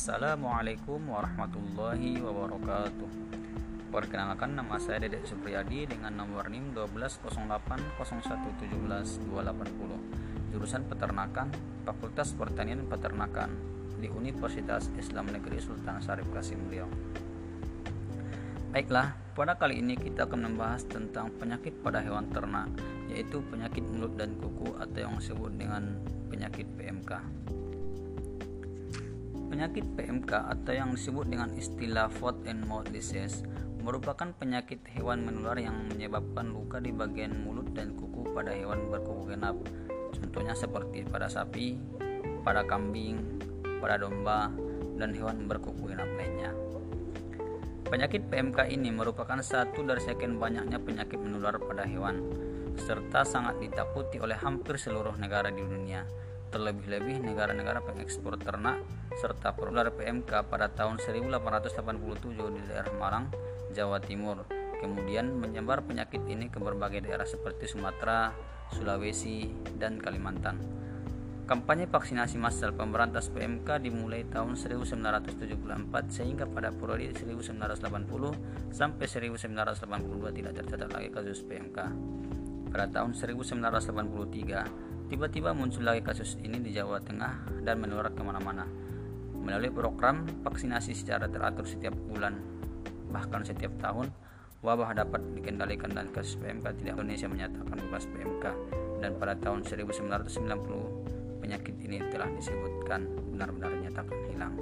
Assalamualaikum warahmatullahi wabarakatuh. Perkenalkan, nama saya Dedek Supriyadi dengan nomor NIM 120801171280, jurusan Peternakan, Fakultas Pertanian Peternakan di Universitas Islam Negeri Sultan Syarif Qasim Riau. Baiklah, pada kali ini kita akan membahas tentang penyakit pada hewan ternak, yaitu penyakit mulut dan kuku atau yang disebut dengan penyakit PMK. Penyakit PMK atau yang disebut dengan istilah Foot and Mouth Disease merupakan penyakit hewan menular yang menyebabkan luka di bagian mulut dan kuku pada hewan berkuku genap. Contohnya seperti pada sapi, pada kambing, pada domba, dan hewan berkuku genap lainnya. Penyakit PMK ini merupakan satu dari sekian banyaknya penyakit menular pada hewan, serta sangat ditakuti oleh hampir seluruh negara di dunia, terlebih-lebih negara-negara pengekspor ternak, serta penular PMK pada tahun 1887 di daerah Malang, Jawa Timur. Kemudian menyebar penyakit ini ke berbagai daerah seperti Sumatera, Sulawesi, dan Kalimantan. Kampanye vaksinasi massal pemberantas PMK dimulai tahun 1974 sehingga pada periode 1980 sampai 1982 tidak tercatat lagi kasus PMK. Pada tahun 1983 tiba-tiba muncul lagi kasus ini di Jawa Tengah dan menular kemana-mana. Melalui program vaksinasi secara teratur setiap bulan, bahkan setiap tahun, wabah dapat dikendalikan dan kasus PMK tidak. Indonesia menyatakan bebas PMK, dan pada tahun 1990 penyakit ini telah disebutkan benar-benar dinyatakan hilang.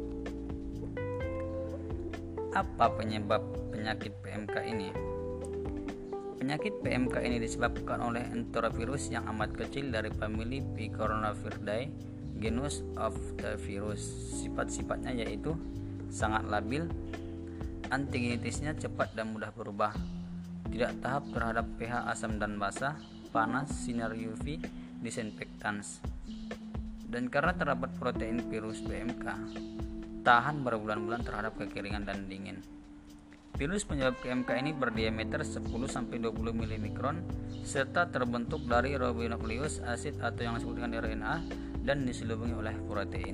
Apa penyebab penyakit PMK ini? Penyakit PMK ini disebabkan oleh enterovirus yang amat kecil dari famili Picornaviridae, genus of the virus. Sifat-sifatnya yaitu sangat labil, antigenitisnya cepat dan mudah berubah, tidak tahap terhadap pH asam dan basah, panas, sinar UV, disinfektans. Dan karena terdapat protein virus PMK, tahan berbulan-bulan terhadap kekeringan dan dingin. Virus penyebab PMK ini berdiameter 10-20 mm serta terbentuk dari ribonukleus asid atau yang disebut dengan RNA dan diselubungi oleh protein.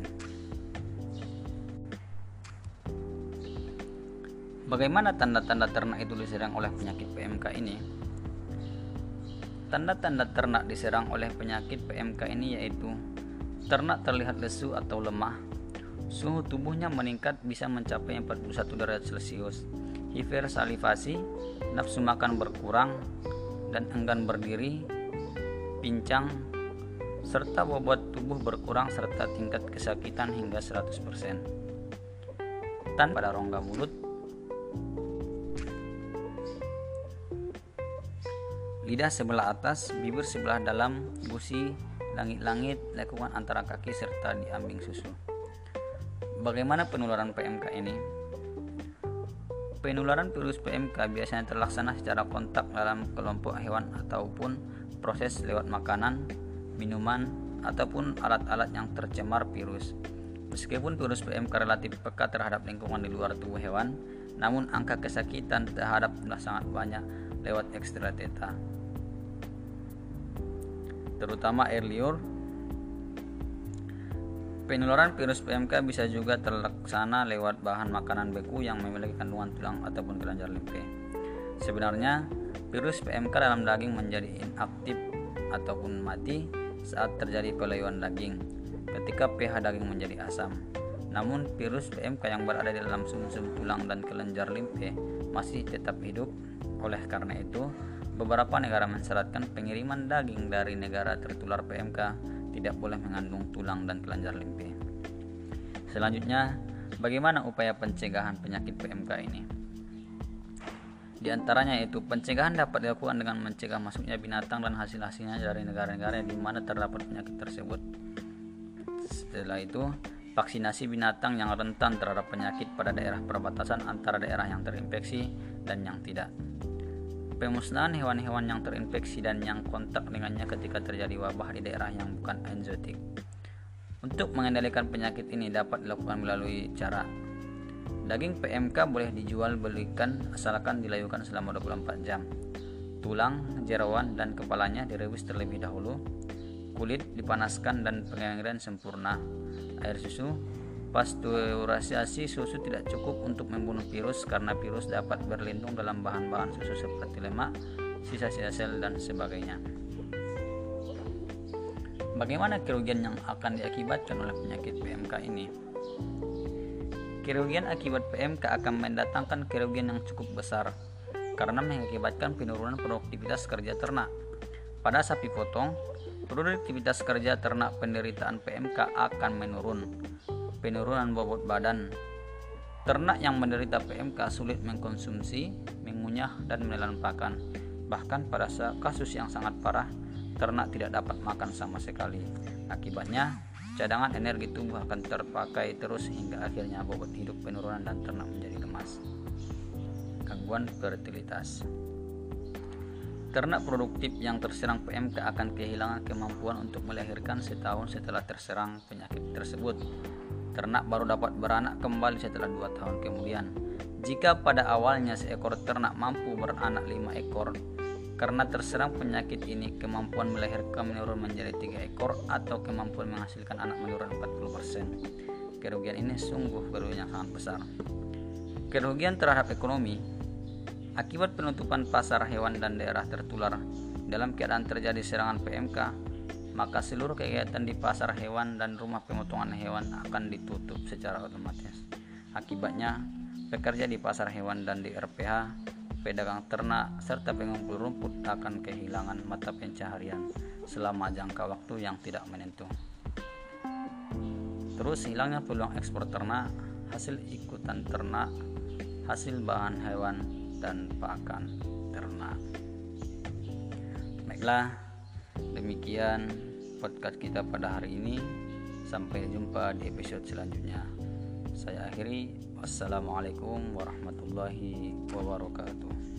Bagaimana tanda-tanda ternak itu diserang oleh penyakit PMK ini? Tanda-tanda ternak diserang oleh penyakit PMK ini yaitu ternak terlihat lesu atau lemah, suhu tubuhnya meningkat bisa mencapai 41 derajat Celcius, hipersalivasi, nafsu makan berkurang dan enggan berdiri, pincang, serta bobot tubuh berkurang serta tingkat kesakitan hingga 100%. Tanda pada rongga mulut, lidah sebelah atas, bibir sebelah dalam, gusi, langit-langit, lekukan antara kaki serta di ambing susu. Bagaimana penularan PMK ini? Penularan virus PMK biasanya terlaksana secara kontak dalam kelompok hewan ataupun proses lewat makanan, minuman, ataupun alat-alat yang tercemar virus. Meskipun virus PMK relatif peka terhadap lingkungan di luar tubuh hewan, namun angka kesakitan terhadap sangat banyak lewat ekstra theta, terutama air liur. Penularan virus PMK bisa juga terlaksana lewat bahan makanan beku yang memiliki kandungan tulang ataupun kelenjar limfe. Sebenarnya, virus PMK dalam daging menjadi inaktif ataupun mati saat terjadi pelayuan daging, ketika pH daging menjadi asam. Namun, virus PMK yang berada di dalam sumsum tulang dan kelenjar limfe masih tetap hidup. Oleh karena itu, beberapa negara mensyaratkan pengiriman daging dari negara tertular PMK tidak boleh mengandung tulang dan kelenjar limfe. Selanjutnya, bagaimana upaya pencegahan penyakit PMK ini? Di antaranya yaitu pencegahan dapat dilakukan dengan mencegah masuknya binatang dan hasil-hasilnya dari negara-negara di mana terdapat penyakit tersebut. Setelah itu, vaksinasi binatang yang rentan terhadap penyakit pada daerah perbatasan antara daerah yang terinfeksi dan yang tidak. Pemusnahan hewan-hewan yang terinfeksi dan yang kontak dengannya ketika terjadi wabah di daerah yang bukan enzotik. Untuk mengendalikan penyakit ini dapat dilakukan melalui cara: daging PMK boleh dijual belikan asalkan dilayukan selama 24 jam. Tulang, jeroan, dan kepalanya direbus terlebih dahulu. Kulit dipanaskan dan pengeringan sempurna. Air susu Pasteurisasi susu tidak cukup untuk membunuh virus karena virus dapat berlindung dalam bahan-bahan susu seperti lemak, sisa-sisa sel, dan sebagainya. Bagaimana kerugian yang akan diakibatkan oleh penyakit PMK ini? Kerugian akibat PMK akan mendatangkan kerugian yang cukup besar karena mengakibatkan penurunan produktivitas kerja ternak. Pada sapi potong, produktivitas kerja ternak penderitaan PMK akan menurun. Penurunan bobot badan. Ternak yang menderita PMK sulit mengkonsumsi, mengunyah, dan menelan pakan. Bahkan pada kasus yang sangat parah, ternak tidak dapat makan sama sekali. Akibatnya, cadangan energi tubuh akan terpakai terus hingga akhirnya bobot hidup penurunan dan ternak menjadi lemas. Gangguan fertilitas. Ternak produktif yang terserang PMK akan kehilangan kemampuan untuk melahirkan setahun setelah terserang penyakit tersebut. Ternak baru dapat beranak kembali setelah 2 tahun kemudian. Jika pada awalnya seekor ternak mampu beranak 5 ekor, karena terserang penyakit ini kemampuan melahirkan menurun menjadi 3 ekor atau kemampuan menghasilkan anak menurun 40%. Kerugian ini sungguh kerugian yang sangat besar. Kerugian terhadap ekonomi. Akibat penutupan pasar hewan dan daerah tertular dalam keadaan terjadi serangan PMK, maka seluruh kegiatan di pasar hewan dan rumah pemotongan hewan akan ditutup secara otomatis. Akibatnya, pekerja di pasar hewan dan di RPH, pedagang ternak, serta pengumpul rumput akan kehilangan mata pencaharian selama jangka waktu yang tidak menentu. Terus hilangnya peluang ekspor ternak, hasil ikutan ternak, hasil bahan hewan, dan pakan ternak. Baiklah, demikian podcast kita pada hari ini. Sampai jumpa di episode selanjutnya. Saya akhiri. Wassalamualaikum warahmatullahi wabarakatuh.